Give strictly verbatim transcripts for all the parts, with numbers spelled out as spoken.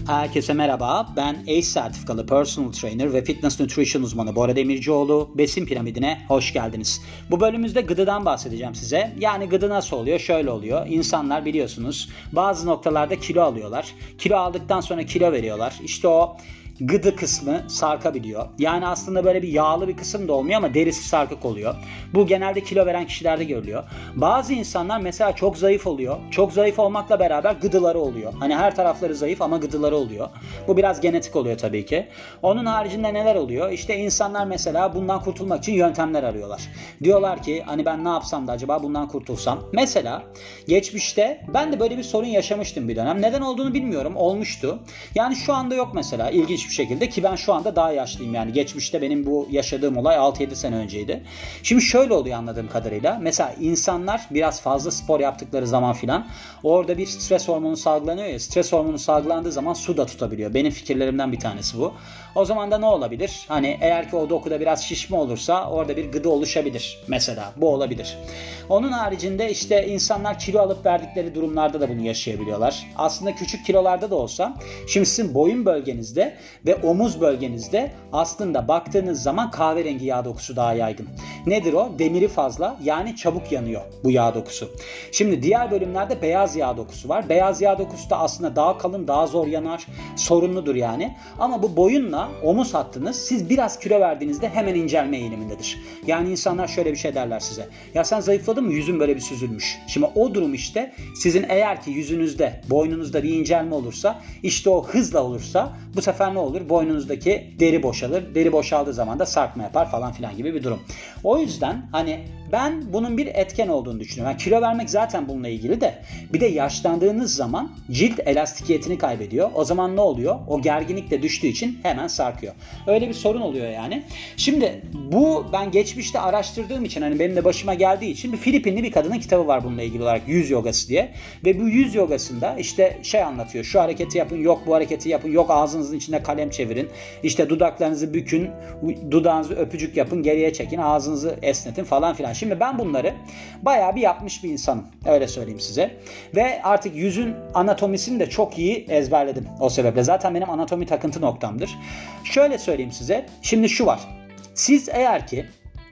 Herkese merhaba. Ben A C E sertifikalı personal trainer ve fitness nutrition uzmanı Bora Demircioğlu. Besin piramidine hoş geldiniz. Bu bölümümüzde gıdadan bahsedeceğim size. Yani gıda nasıl oluyor? Şöyle oluyor. İnsanlar biliyorsunuz bazı noktalarda kilo alıyorlar. Kilo aldıktan sonra kilo veriyorlar. İşte o gıdı kısmı sarkabiliyor. Yani aslında böyle bir yağlı bir kısım da olmuyor ama derisi sarkık oluyor. Bu genelde kilo veren kişilerde görülüyor. Bazı insanlar mesela çok zayıf oluyor. Çok zayıf olmakla beraber gıdıları oluyor. Hani her tarafları zayıf ama gıdıları oluyor. Bu biraz genetik oluyor tabii ki. Onun haricinde neler oluyor? İşte insanlar mesela bundan kurtulmak için yöntemler arıyorlar. Diyorlar ki hani ben ne yapsam da acaba bundan kurtulsam? Mesela geçmişte ben de böyle bir sorun yaşamıştım bir dönem. Neden olduğunu bilmiyorum. Olmuştu. Yani şu anda yok mesela. İlginç bir şekilde ki ben şu anda daha yaşlıyım yani geçmişte benim bu yaşadığım olay altı yedi sene önceydi. Şimdi şöyle oluyor anladığım kadarıyla. Mesela insanlar biraz fazla spor yaptıkları zaman filan orada bir stres hormonu salgılanıyor ya, stres hormonu salgılandığı zaman su da tutabiliyor. Benim fikirlerimden bir tanesi bu. O zaman da ne olabilir? Hani eğer ki o dokuda biraz şişme olursa orada bir gıdı oluşabilir. Mesela bu olabilir. Onun haricinde işte insanlar kilo alıp verdikleri durumlarda da bunu yaşayabiliyorlar. Aslında küçük kilolarda da olsa şimdi sizin boyun bölgenizde ve omuz bölgenizde aslında baktığınız zaman kahverengi yağ dokusu daha yaygın. Nedir o? Demiri fazla yani çabuk yanıyor bu yağ dokusu. Şimdi diğer bölümlerde beyaz yağ dokusu var. Beyaz yağ dokusu da aslında daha kalın, daha zor yanar. Sorunludur yani. Ama bu boyunla omuz hattınız siz biraz kilo verdiğinizde hemen incelme eğilimindedir. Yani insanlar şöyle bir şey derler size. Ya sen zayıfladın mı? Yüzün böyle bir süzülmüş. Şimdi o durum işte sizin eğer ki yüzünüzde, boynunuzda bir incelme olursa işte o hızla olursa bu sefer ne olur? Boynunuzdaki deri boşalır. Deri boşaldığı zaman da sarkma yapar falan filan gibi bir durum. O yüzden hani ben bunun bir etken olduğunu düşünüyorum. Yani kilo vermek zaten bununla ilgili de bir de yaşlandığınız zaman cilt elastikiyetini kaybediyor. O zaman ne oluyor? O gerginlik de düştüğü için hemen sarkıyor. Öyle bir sorun oluyor yani. Şimdi bu ben geçmişte araştırdığım için hani benim de başıma geldiği için bir Filipinli bir kadının kitabı var bununla ilgili olarak yüz yogası diye. Ve bu yüz yogasında işte şey anlatıyor. Şu hareketi yapın, yok bu hareketi yapın, yok ağzınızın içinde kalem çevirin. İşte dudaklarınızı bükün, dudağınızı öpücük yapın, geriye çekin, ağzınızı esnetin falan filan. Şimdi ben bunları bayağı bir yapmış bir insanım. Öyle söyleyeyim size. Ve artık yüzün anatomisini de çok iyi ezberledim o sebeple. Zaten benim anatomi takıntı noktamdır. Şöyle söyleyeyim size. Şimdi şu var. Siz eğer ki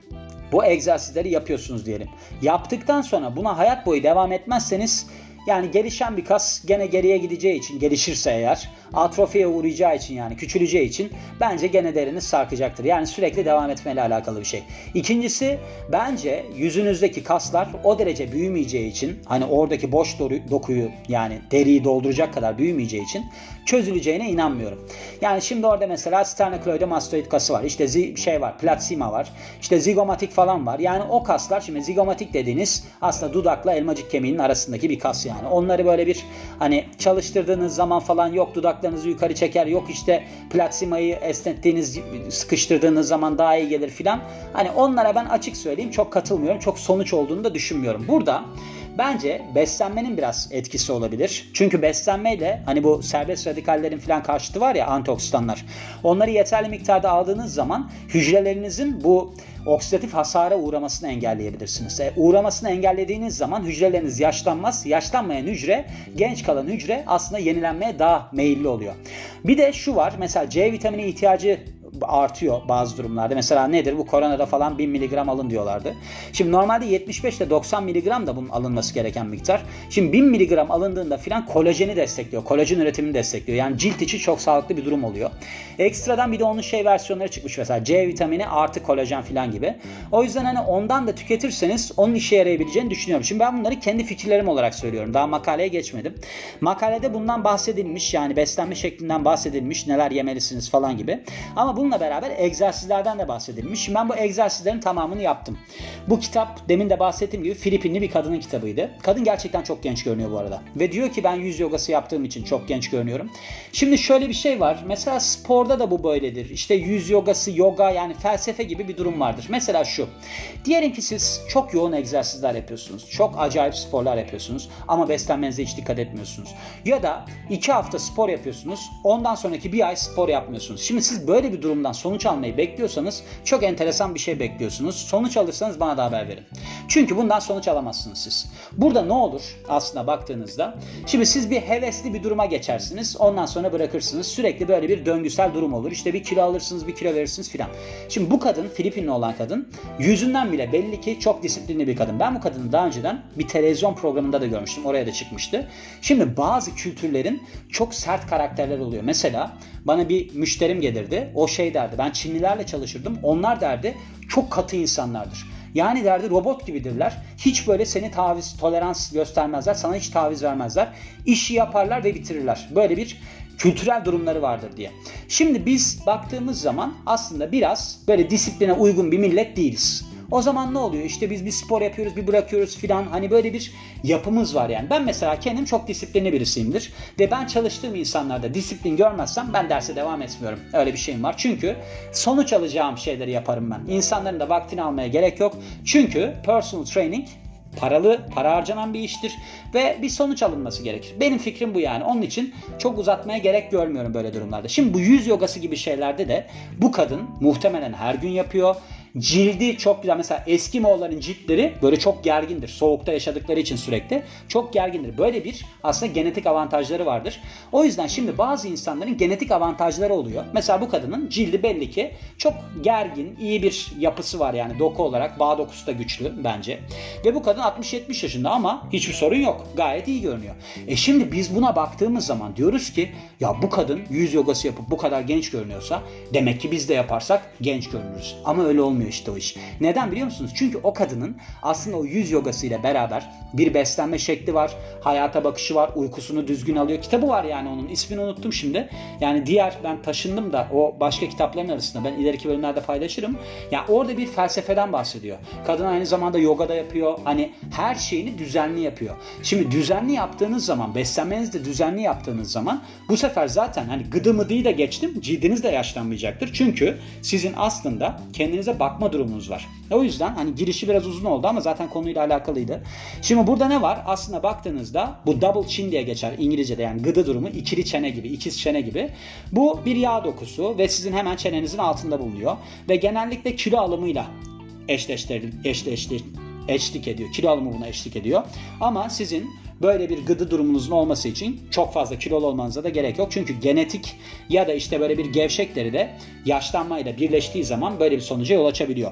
bu egzersizleri yapıyorsunuz diyelim. Yaptıktan sonra buna hayat boyu devam etmezseniz yani gelişen bir kas gene geriye gideceği için gelişirse eğer atrofiye uğrayacağı için yani küçüleceği için bence gene deriniz sarkacaktır. Yani sürekli devam etmeyle alakalı bir şey. İkincisi bence yüzünüzdeki kaslar o derece büyümeyeceği için hani oradaki boş dokuyu yani deriyi dolduracak kadar büyümeyeceği için çözüleceğine inanmıyorum. Yani şimdi orada mesela sternokleidomastoid kası var. İşte zi- şey var, platsima var. İşte zigomatik falan var. Yani o kaslar şimdi zigomatik dediğiniz aslında dudakla elmacık kemiğinin arasındaki bir kas yani. Onları böyle bir hani çalıştırdığınız zaman falan yok dudaklarınızı yukarı çeker, yok işte platsimayı esnettiğiniz, sıkıştırdığınız zaman daha iyi gelir filan. Hani onlara ben açık söyleyeyim çok katılmıyorum. Çok sonuç olduğunu da düşünmüyorum. Burada bence beslenmenin biraz etkisi olabilir. Çünkü beslenmeyle hani bu serbest radikallerin falan karşıtı var ya antioksidanlar. Onları yeterli miktarda aldığınız zaman hücrelerinizin bu oksidatif hasara uğramasını engelleyebilirsiniz. E, uğramasını engellediğiniz zaman hücreleriniz yaşlanmaz. Yaşlanmayan hücre, genç kalan hücre aslında yenilenmeye daha meyilli oluyor. Bir de şu var. Mesela C vitamini ihtiyacı artıyor bazı durumlarda. Mesela nedir? Bu koronada falan bin miligram alın diyorlardı. Şimdi normalde yetmiş beş ile doksan miligram da bunun alınması gereken miktar. Şimdi bin miligram alındığında filan kolajeni destekliyor. Kolajen üretimini destekliyor. Yani cilt için çok sağlıklı bir durum oluyor. Ekstradan bir de onun şey versiyonları çıkmış mesela C vitamini artı kolajen filan gibi. O yüzden hani ondan da tüketirseniz onun işe yarayabileceğini düşünüyorum. Şimdi ben bunları kendi fikirlerim olarak söylüyorum. Daha makaleye geçmedim. Makalede bundan bahsedilmiş yani beslenme şeklinden bahsedilmiş neler yemelisiniz falan gibi. Ama bununla beraber egzersizlerden de bahsedilmiş. Şimdi ben bu egzersizlerin tamamını yaptım. Bu kitap demin de bahsettiğim gibi Filipinli bir kadının kitabıydı. Kadın gerçekten çok genç görünüyor bu arada. Ve diyor ki ben yüz yogası yaptığım için çok genç görünüyorum. Şimdi şöyle bir şey var. Mesela sporda da bu böyledir. İşte yüz yogası, yoga yani felsefe gibi bir durum vardır. Mesela şu. Diyelim ki siz çok yoğun egzersizler yapıyorsunuz. Çok acayip sporlar yapıyorsunuz. Ama beslenmenize hiç dikkat etmiyorsunuz. Ya da iki hafta spor yapıyorsunuz. Ondan sonraki bir ay spor yapmıyorsunuz. Şimdi siz böyle bir durum durumdan sonuç almayı bekliyorsanız çok enteresan bir şey bekliyorsunuz. Sonuç alırsanız bana da haber verin. Çünkü bundan sonuç alamazsınız siz. Burada ne olur aslında baktığınızda? Şimdi siz bir hevesli bir duruma geçersiniz. Ondan sonra bırakırsınız. Sürekli böyle bir döngüsel durum olur. İşte bir kilo alırsınız, bir kilo verirsiniz filan. Şimdi bu kadın, Filipinli olan kadın, yüzünden bile belli ki çok disiplinli bir kadın. Ben bu kadını daha önceden bir televizyon programında da görmüştüm. Oraya da çıkmıştı. Şimdi bazı kültürlerin çok sert karakterler oluyor. Mesela bana bir müşterim gelirdi. O şey derdi. Ben Çinlilerle çalışırdım. Onlar derdi çok katı insanlardır. Yani derdi robot gibidirler. Hiç böyle seni taviz, tolerans göstermezler. Sana hiç taviz vermezler. İşi yaparlar ve bitirirler. Böyle bir kültürel durumları vardır diye. Şimdi biz baktığımız zaman aslında biraz böyle disipline uygun bir millet değiliz. O zaman ne oluyor? İşte biz bir spor yapıyoruz, bir bırakıyoruz filan. Hani böyle bir yapımız var yani. Ben mesela kendim çok disiplinli birisiyimdir. Ve ben çalıştığım insanlarda disiplin görmezsem ben derse devam etmiyorum. Öyle bir şeyim var. Çünkü sonuç alacağım şeyleri yaparım ben. İnsanların da vaktini almaya gerek yok. Çünkü personal training paralı, para harcanan bir iştir ve bir sonuç alınması gerekir. Benim fikrim bu yani. Onun için çok uzatmaya gerek görmüyorum böyle durumlarda. Şimdi bu yüz yogası gibi şeylerde de bu kadın muhtemelen her gün yapıyor. Cildi çok güzel. Mesela Eskimoğulların ciltleri böyle çok gergindir. Soğukta yaşadıkları için sürekli çok gergindir. Böyle bir aslında genetik avantajları vardır. O yüzden şimdi bazı insanların genetik avantajları oluyor. Mesela bu kadının cildi belli ki çok gergin, iyi bir yapısı var yani doku olarak. Bağ dokusu da güçlü bence. Ve bu kadın altmış yetmiş yaşında ama hiçbir sorun yok. Gayet iyi görünüyor. E şimdi biz buna baktığımız zaman diyoruz ki ya bu kadın yüz yogası yapıp bu kadar genç görünüyorsa demek ki biz de yaparsak genç görünürüz. Ama öyle olmuyor işte o iş. Neden biliyor musunuz? Çünkü o kadının aslında o yüz yogası ile beraber bir beslenme şekli var, hayata bakışı var, uykusunu düzgün alıyor. Kitabı var yani onun. İsmini unuttum şimdi. Yani diğer ben taşındım da o başka kitapların arasında ben ileriki bölümlerde paylaşırım. Ya yani orada bir felsefeden bahsediyor. Kadın aynı zamanda yoga da yapıyor. Hani her şeyini düzenli yapıyor. Şimdi düzenli yaptığınız zaman, beslenmenizi de düzenli yaptığınız zaman bu sefer zaten hani gıdı mıdıyı da geçtim, cildiniz de yaşlanmayacaktır. Çünkü sizin aslında kendinize bakma durumunuz var. O yüzden hani girişi biraz uzun oldu ama zaten konuyla alakalıydı. Şimdi burada ne var? Aslında baktığınızda bu double chin diye geçer İngilizce'de yani gıdı durumu ikili çene gibi, ikiz çene gibi. Bu bir yağ dokusu ve sizin hemen çenenizin altında bulunuyor ve genellikle kilo alımıyla eşleştir, eşleştir, eşlik ediyor. Kilo alımı buna eşlik ediyor. Ama sizin böyle bir gıdı durumunuzun olması için çok fazla kilolu olmanıza da gerek yok. Çünkü genetik ya da işte böyle bir gevşekleri de yaşlanmayla birleştiği zaman böyle bir sonuca yol açabiliyor.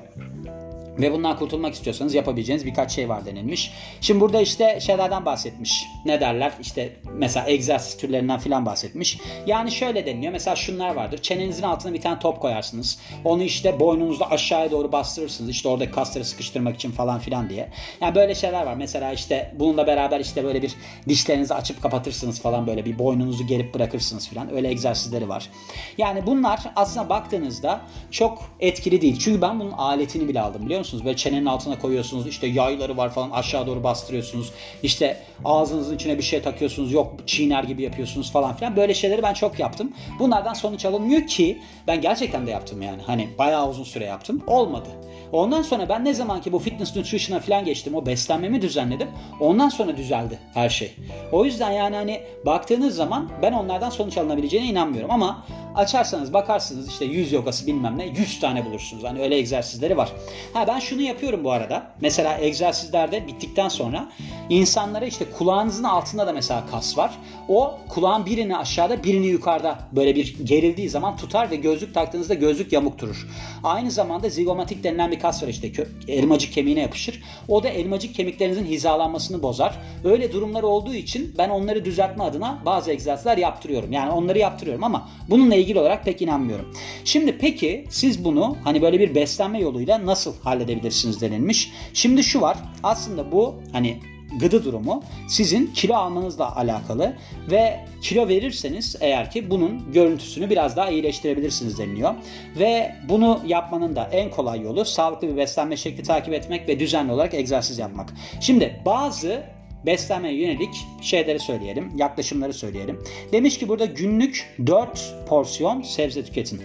Ve bundan kurtulmak istiyorsanız yapabileceğiniz birkaç şey var denilmiş. Şimdi burada işte şeylerden bahsetmiş. Ne derler? İşte mesela egzersiz türlerinden filan bahsetmiş. Yani şöyle deniliyor. Mesela şunlar vardır. Çenenizin altına bir tane top koyarsınız. Onu işte boynunuzda aşağıya doğru bastırırsınız. İşte oradaki kasları sıkıştırmak için falan filan diye. Yani böyle şeyler var. Mesela işte bununla beraber işte böyle bir dişlerinizi açıp kapatırsınız falan böyle bir boynunuzu gerip bırakırsınız filan. Öyle egzersizleri var. Yani bunlar aslında baktığınızda çok etkili değil. Çünkü ben bunun aletini bile aldım biliyor musunuz? Böyle çenenin altına koyuyorsunuz. İşte yayları var falan aşağı doğru bastırıyorsunuz. İşte ağzınızın içine bir şey takıyorsunuz. Yok çiğner gibi yapıyorsunuz falan filan. Böyle şeyleri ben çok yaptım. Bunlardan sonuç alınmıyor ki ben gerçekten de yaptım yani. Hani bayağı uzun süre yaptım. Olmadı. Ondan sonra ben ne zaman ki bu fitness nutrition'a falan geçtim. O beslenmemi düzenledim. Ondan sonra düzeldi her şey. O yüzden yani hani baktığınız zaman ben onlardan sonuç alınabileceğine inanmıyorum. Ama açarsanız bakarsınız işte yüz yogası bilmem ne yüz tane bulursunuz. Hani öyle egzersizleri var. Ha ben şunu yapıyorum bu arada. Mesela egzersizlerde bittikten sonra insanlara işte kulağınızın altında da mesela kas var. O kulağın birini aşağıda birini yukarıda böyle bir gerildiği zaman tutar ve gözlük taktığınızda gözlük yamuk durur. Aynı zamanda zigomatik denilen bir kas var işte elmacık kemiğine yapışır. O da elmacık kemiklerinizin hizalanmasını bozar. Öyle durumlar olduğu için ben onları düzeltme adına bazı egzersizler yaptırıyorum. Yani onları yaptırıyorum ama bununla ilgili olarak pek inanmıyorum. Şimdi peki siz bunu hani böyle bir beslenme yoluyla nasıl halledebilirsiniz denilmiş. Şimdi şu var. Aslında bu hani gıdı durumu sizin kilo almanızla alakalı ve kilo verirseniz eğer ki bunun görüntüsünü biraz daha iyileştirebilirsiniz deniliyor. Ve bunu yapmanın da en kolay yolu sağlıklı bir beslenme şekli takip etmek ve düzenli olarak egzersiz yapmak. Şimdi bazı beslenmeye yönelik şeyleri söyleyelim, yaklaşımları söyleyelim. Demiş ki burada günlük dört porsiyon sebze tüketin.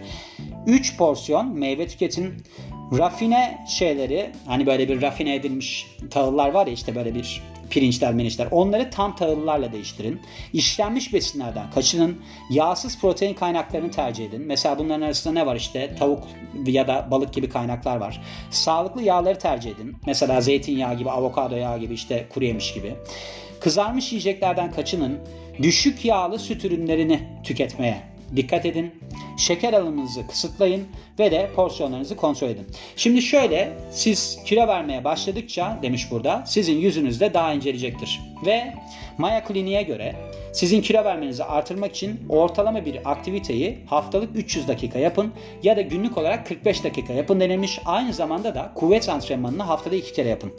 üç porsiyon meyve tüketin. Rafine şeyleri hani böyle bir rafine edilmiş tahıllar var ya işte böyle bir pirinçler, menişler. Onları tam tahıllarla değiştirin. İşlenmiş besinlerden kaçının. Yağsız protein kaynaklarını tercih edin. Mesela bunların arasında ne var işte? Tavuk ya da balık gibi kaynaklar var. Sağlıklı yağları tercih edin. Mesela zeytinyağı gibi, avokado yağı gibi, işte kuru yemiş gibi. Kızarmış yiyeceklerden kaçının. Düşük yağlı süt ürünlerini tüketmeye dikkat edin. Şeker alımınızı kısıtlayın ve de porsiyonlarınızı kontrol edin. Şimdi şöyle, siz kilo vermeye başladıkça demiş burada, sizin yüzünüz de daha inceleyecektir. Ve Maya Kliniğe göre sizin kilo vermenizi artırmak için ortalama bir aktiviteyi haftalık üç yüz dakika yapın ya da günlük olarak kırk beş dakika yapın denilmiş. Aynı zamanda da kuvvet antrenmanını haftada iki kere yapın.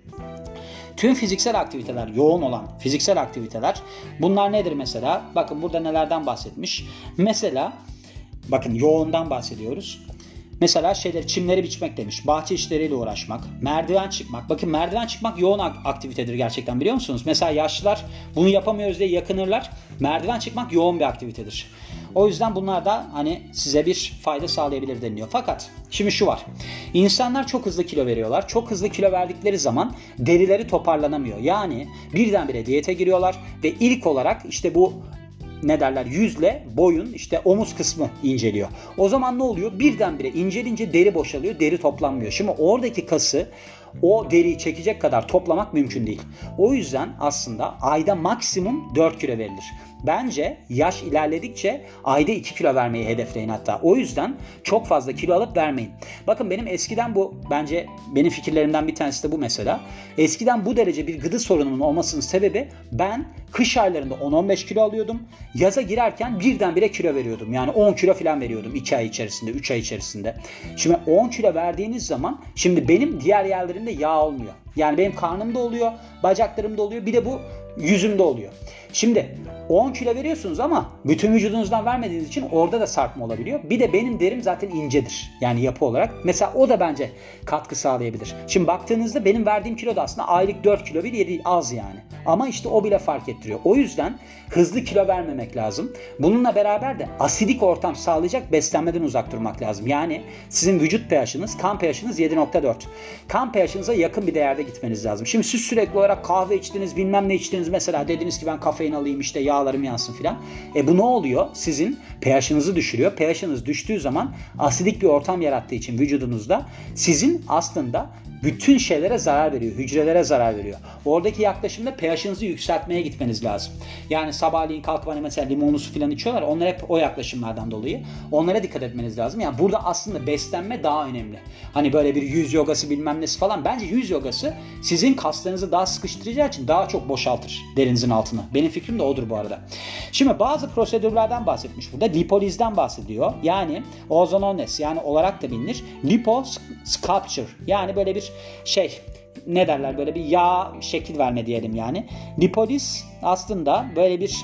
Tüm fiziksel aktiviteler, yoğun olan fiziksel aktiviteler, bunlar nedir mesela? Bakın burada nelerden bahsetmiş. Mesela bakın yoğundan bahsediyoruz. Mesela şeyler, çimleri biçmek demiş. Bahçe işleriyle uğraşmak, merdiven çıkmak. Bakın merdiven çıkmak yoğun aktivitedir gerçekten, biliyor musunuz? Mesela yaşlılar bunu yapamıyoruz diye yakınırlar. Merdiven çıkmak yoğun bir aktivitedir. O yüzden bunlar da hani size bir fayda sağlayabilir deniliyor. Fakat şimdi şu var. İnsanlar çok hızlı kilo veriyorlar. Çok hızlı kilo verdikleri zaman derileri toparlanamıyor. Yani birdenbire diyete giriyorlar ve ilk olarak işte bu ne derler, yüzle boyun işte omuz kısmı inceliyor. O zaman ne oluyor? Birdenbire incelince deri boşalıyor, deri toplanmıyor. Şimdi oradaki kası o deriyi çekecek kadar toplamak mümkün değil. O yüzden aslında ayda maksimum dört kilo verilir. Bence yaş ilerledikçe ayda iki kilo vermeyi hedefleyin hatta. O yüzden çok fazla kilo alıp vermeyin. Bakın benim eskiden bu, bence benim fikirlerimden bir tanesi de bu mesela. Eskiden bu derece bir gıda sorununun olmasının sebebi, ben kış aylarında on on beş kilo alıyordum. Yaza girerken birdenbire kilo veriyordum. Yani on kilo falan veriyordum iki ay içerisinde, üç ay içerisinde. Şimdi on kilo verdiğiniz zaman şimdi benim diğer yerlerimde yağ olmuyor. Yani benim karnımda oluyor, bacaklarımda oluyor, bir de bu yüzümde oluyor. Şimdi on kilo veriyorsunuz ama bütün vücudunuzdan vermediğiniz için orada da sarkma olabiliyor. Bir de benim derim zaten incedir. Yani yapı olarak. Mesela o da bence katkı sağlayabilir. Şimdi baktığınızda benim verdiğim kilo da aslında aylık dört kilo bir, yedi az yani. Ama işte o bile fark ettiriyor. O yüzden hızlı kilo vermemek lazım. Bununla beraber de asidik ortam sağlayacak beslenmeden uzak durmak lazım. Yani sizin vücut pH'ınız, kan pH'ınız yedi nokta dört. Kan pH'ınıza yakın bir değerde gitmeniz lazım. Şimdi siz sürekli olarak kahve içtiniz, bilmem ne içtiniz, mesela dediniz ki ben kafein alayım işte yağlarım yansın filan. E bu ne oluyor? Sizin pH'ınızı düşürüyor. pH'ınız düştüğü zaman asidik bir ortam yarattığı için vücudunuzda sizin aslında bütün şeylere zarar veriyor. Hücrelere zarar veriyor. Oradaki yaklaşımda pH'ınızı yükseltmeye gitmeniz lazım. Yani sabahleyin kalkıp hani mesela limonlu su falan içiyorlar. Onlar hep o yaklaşımlardan dolayı. Onlara dikkat etmeniz lazım. Yani burada aslında beslenme daha önemli. Hani böyle bir yüz yogası bilmem nesi falan. Bence yüz yogası sizin kaslarınızı daha sıkıştıracağı için daha çok boşaltır derinizin altını. Benim fikrim de odur bu arada. Şimdi bazı prosedürlerden bahsetmiş burada. Lipolizden bahsediyor. Yani ozonones, yani olarak da bilinir. Liposculpture. Yani böyle bir şey, ne derler, böyle bir yağ şekil verme diyelim yani. Lipoliz aslında böyle bir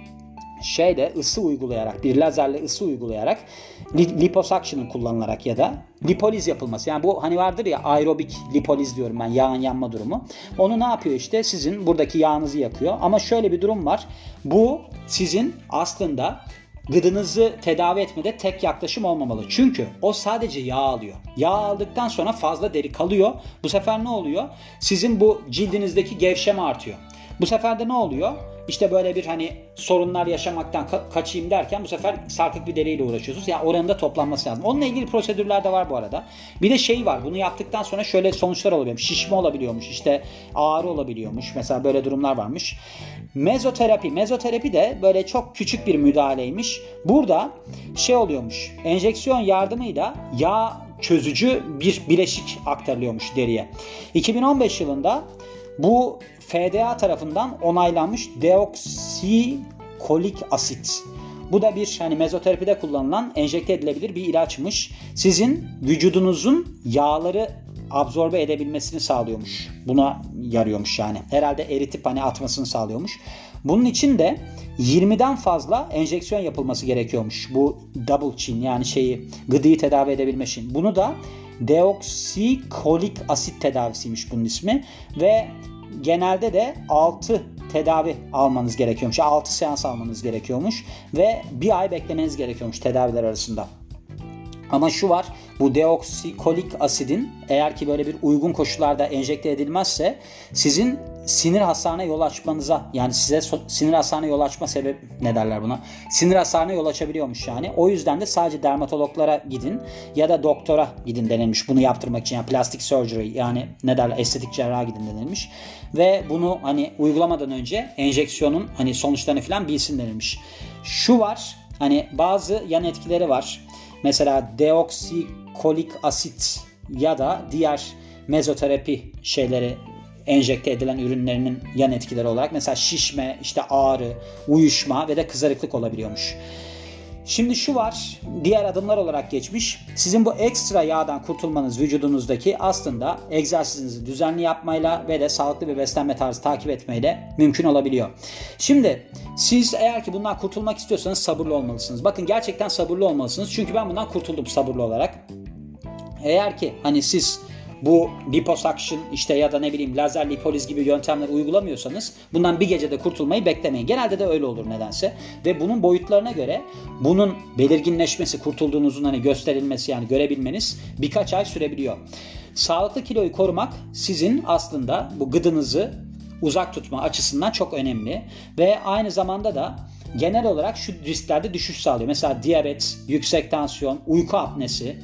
şeyde ısı uygulayarak, bir lazerle ısı uygulayarak, liposuction'ın kullanılarak ya da lipoliz yapılması. Yani bu hani vardır ya, aerobik lipoliz diyorum ben, yağın yanma durumu. Onu ne yapıyor işte, sizin buradaki yağınızı yakıyor. Ama şöyle bir durum var. Bu sizin aslında gıdınızı tedavi etmede tek yaklaşım olmamalı. Çünkü o sadece yağ alıyor. Yağ aldıktan sonra fazla deri kalıyor. Bu sefer ne oluyor? Sizin bu cildinizdeki gevşeme artıyor. Bu sefer de ne oluyor? İşte böyle bir hani sorunlar yaşamaktan ka- kaçayım derken bu sefer sarkık bir deriyle uğraşıyorsunuz. Yani oranın da toplanması lazım. Onunla ilgili prosedürler de var bu arada. Bir de şey var. Bunu yaptıktan sonra şöyle sonuçlar olabiliyormuş. Şişme olabiliyormuş. İşte ağrı olabiliyormuş. Mesela böyle durumlar varmış. Mezoterapi. Mezoterapi de böyle çok küçük bir müdahaleymiş. Burada şey oluyormuş. Enjeksiyon yardımıyla yağ çözücü bir bileşik aktarılıyormuş deriye. iki bin on beş yılında bu F D A tarafından onaylanmış deoksikolik asit. Bu da bir hani mezoterapide kullanılan enjekte edilebilir bir ilaçmış. Sizin vücudunuzun yağları absorbe edebilmesini sağlıyormuş. Buna yarıyormuş yani. Herhalde eritip hani atmasını sağlıyormuş. Bunun için de yirmiden fazla enjeksiyon yapılması gerekiyormuş. Bu double chin, yani şeyi, gıdıyı tedavi edebilmek için. Bunu da deoksikolik asit tedavisiymiş bunun ismi ve genelde de altı tedavi almanız gerekiyormuş. altı seans almanız gerekiyormuş ve bir ay beklemeniz gerekiyormuş tedaviler arasında. Ama şu var, bu deoksikolik asidin eğer ki böyle bir uygun koşullarda enjekte edilmezse sizin sinir hasarına yol açmanıza, yani size so- sinir hasarına yol açma sebep ne derler buna? Sinir hasarına yol açabiliyormuş yani. O yüzden de sadece dermatologlara gidin ya da doktora gidin denilmiş bunu yaptırmak için. Yani plastik surgery, yani ne derler, estetik cerraha gidin denilmiş. Ve bunu hani uygulamadan önce enjeksiyonun hani sonuçlarını falan bilsin denilmiş. Şu var, hani bazı yan etkileri var. Mesela deoksikolik asit ya da diğer mezoterapi şeyleri, enjekte edilen ürünlerinin yan etkileri olarak mesela şişme, işte ağrı, uyuşma ve de kızarıklık olabiliyormuş. Şimdi şu var, diğer adımlar olarak geçmiş. Sizin bu ekstra yağdan kurtulmanız vücudunuzdaki aslında egzersizinizi düzenli yapmayla ve de sağlıklı bir beslenme tarzı takip etmeyle mümkün olabiliyor. Şimdi siz eğer ki bundan kurtulmak istiyorsanız sabırlı olmalısınız. Bakın gerçekten sabırlı olmalısınız. Çünkü ben bundan kurtuldum sabırlı olarak. Eğer ki hani siz bu liposuction işte ya da ne bileyim lazer lipoliz gibi yöntemler uygulamıyorsanız bundan bir gecede kurtulmayı beklemeyin. Genelde de öyle olur nedense. Ve bunun boyutlarına göre bunun belirginleşmesi, kurtulduğunuzun hani gösterilmesi, yani görebilmeniz birkaç ay sürebiliyor. Sağlıklı kiloyu korumak sizin aslında bu gıdınızı uzak tutma açısından çok önemli. Ve aynı zamanda da genel olarak şu risklerde düşüş sağlıyor. Mesela diyabet, yüksek tansiyon, uyku apnesi,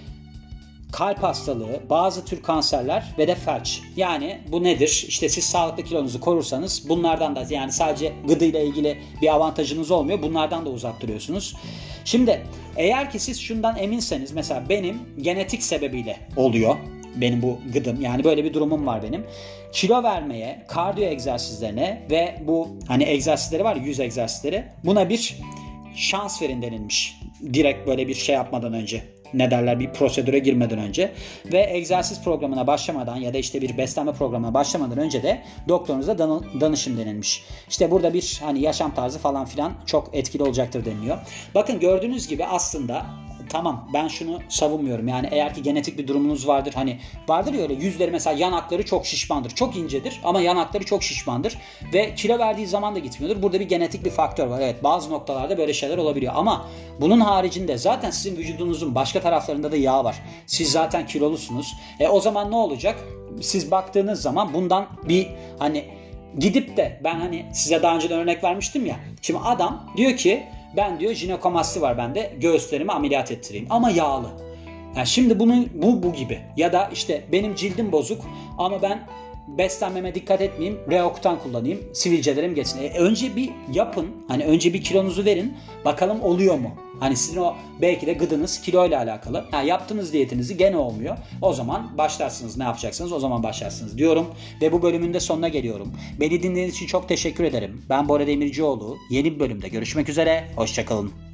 kalp hastalığı, bazı tür kanserler ve de felç. Yani bu nedir? İşte siz sağlıklı kilonuzu korursanız bunlardan da, yani sadece gıdıyla ilgili bir avantajınız olmuyor. Bunlardan da uzak duruyorsunuz. Şimdi eğer ki siz şundan eminseniz, mesela benim genetik sebebiyle oluyor benim bu gıdım, yani böyle bir durumum var benim. Kilo vermeye, kardiyo egzersizlerine ve bu hani egzersizleri var, yüz egzersizleri, buna bir şans verin denilmiş. Direkt böyle bir şey yapmadan önce. Ne derler, bir prosedüre girmeden önce ve egzersiz programına başlamadan ya da işte bir beslenme programına başlamadan önce de doktorunuza danışın denilmiş. İşte burada bir hani yaşam tarzı falan filan çok etkili olacaktır deniliyor. Bakın gördüğünüz gibi aslında tamam, ben şunu savunmuyorum. Yani eğer ki genetik bir durumunuz vardır, hani vardır ya öyle yüzleri mesela, yanakları çok şişmandır. Çok incedir ama yanakları çok şişmandır ve kilo verdiği zaman da gitmiyordur. Burada bir genetik bir faktör var. Evet, bazı noktalarda böyle şeyler olabiliyor ama bunun haricinde zaten sizin vücudunuzun başka taraflarında da yağ var. Siz zaten kilolusunuz. E o zaman ne olacak? Siz baktığınız zaman bundan bir hani gidip de, ben hani size daha önce örnek vermiştim ya. Şimdi adam diyor ki ben diyor jinekomasti var bende, göğüslerimi ameliyat ettireyim ama yağlı. Yani şimdi bunu bu bu gibi, ya da işte benim cildim bozuk ama ben beslenmeme dikkat etmeyeyim, Reoktan kullanayım, sivilcelerim geçsin. E, önce bir yapın, hani önce bir kilonuzu verin, bakalım oluyor mu? Hani sizin o belki de gıdınız kiloyla alakalı. Yani yaptığınız diyetinizi gene olmuyor. O zaman başlarsınız, ne yapacaksınız? O zaman başlarsınız diyorum ve bu bölümün de sonuna geliyorum. Beni dinlediğiniz için çok teşekkür ederim. Ben Bora Demircioğlu. Yeni bir bölümde görüşmek üzere. Hoşçakalın.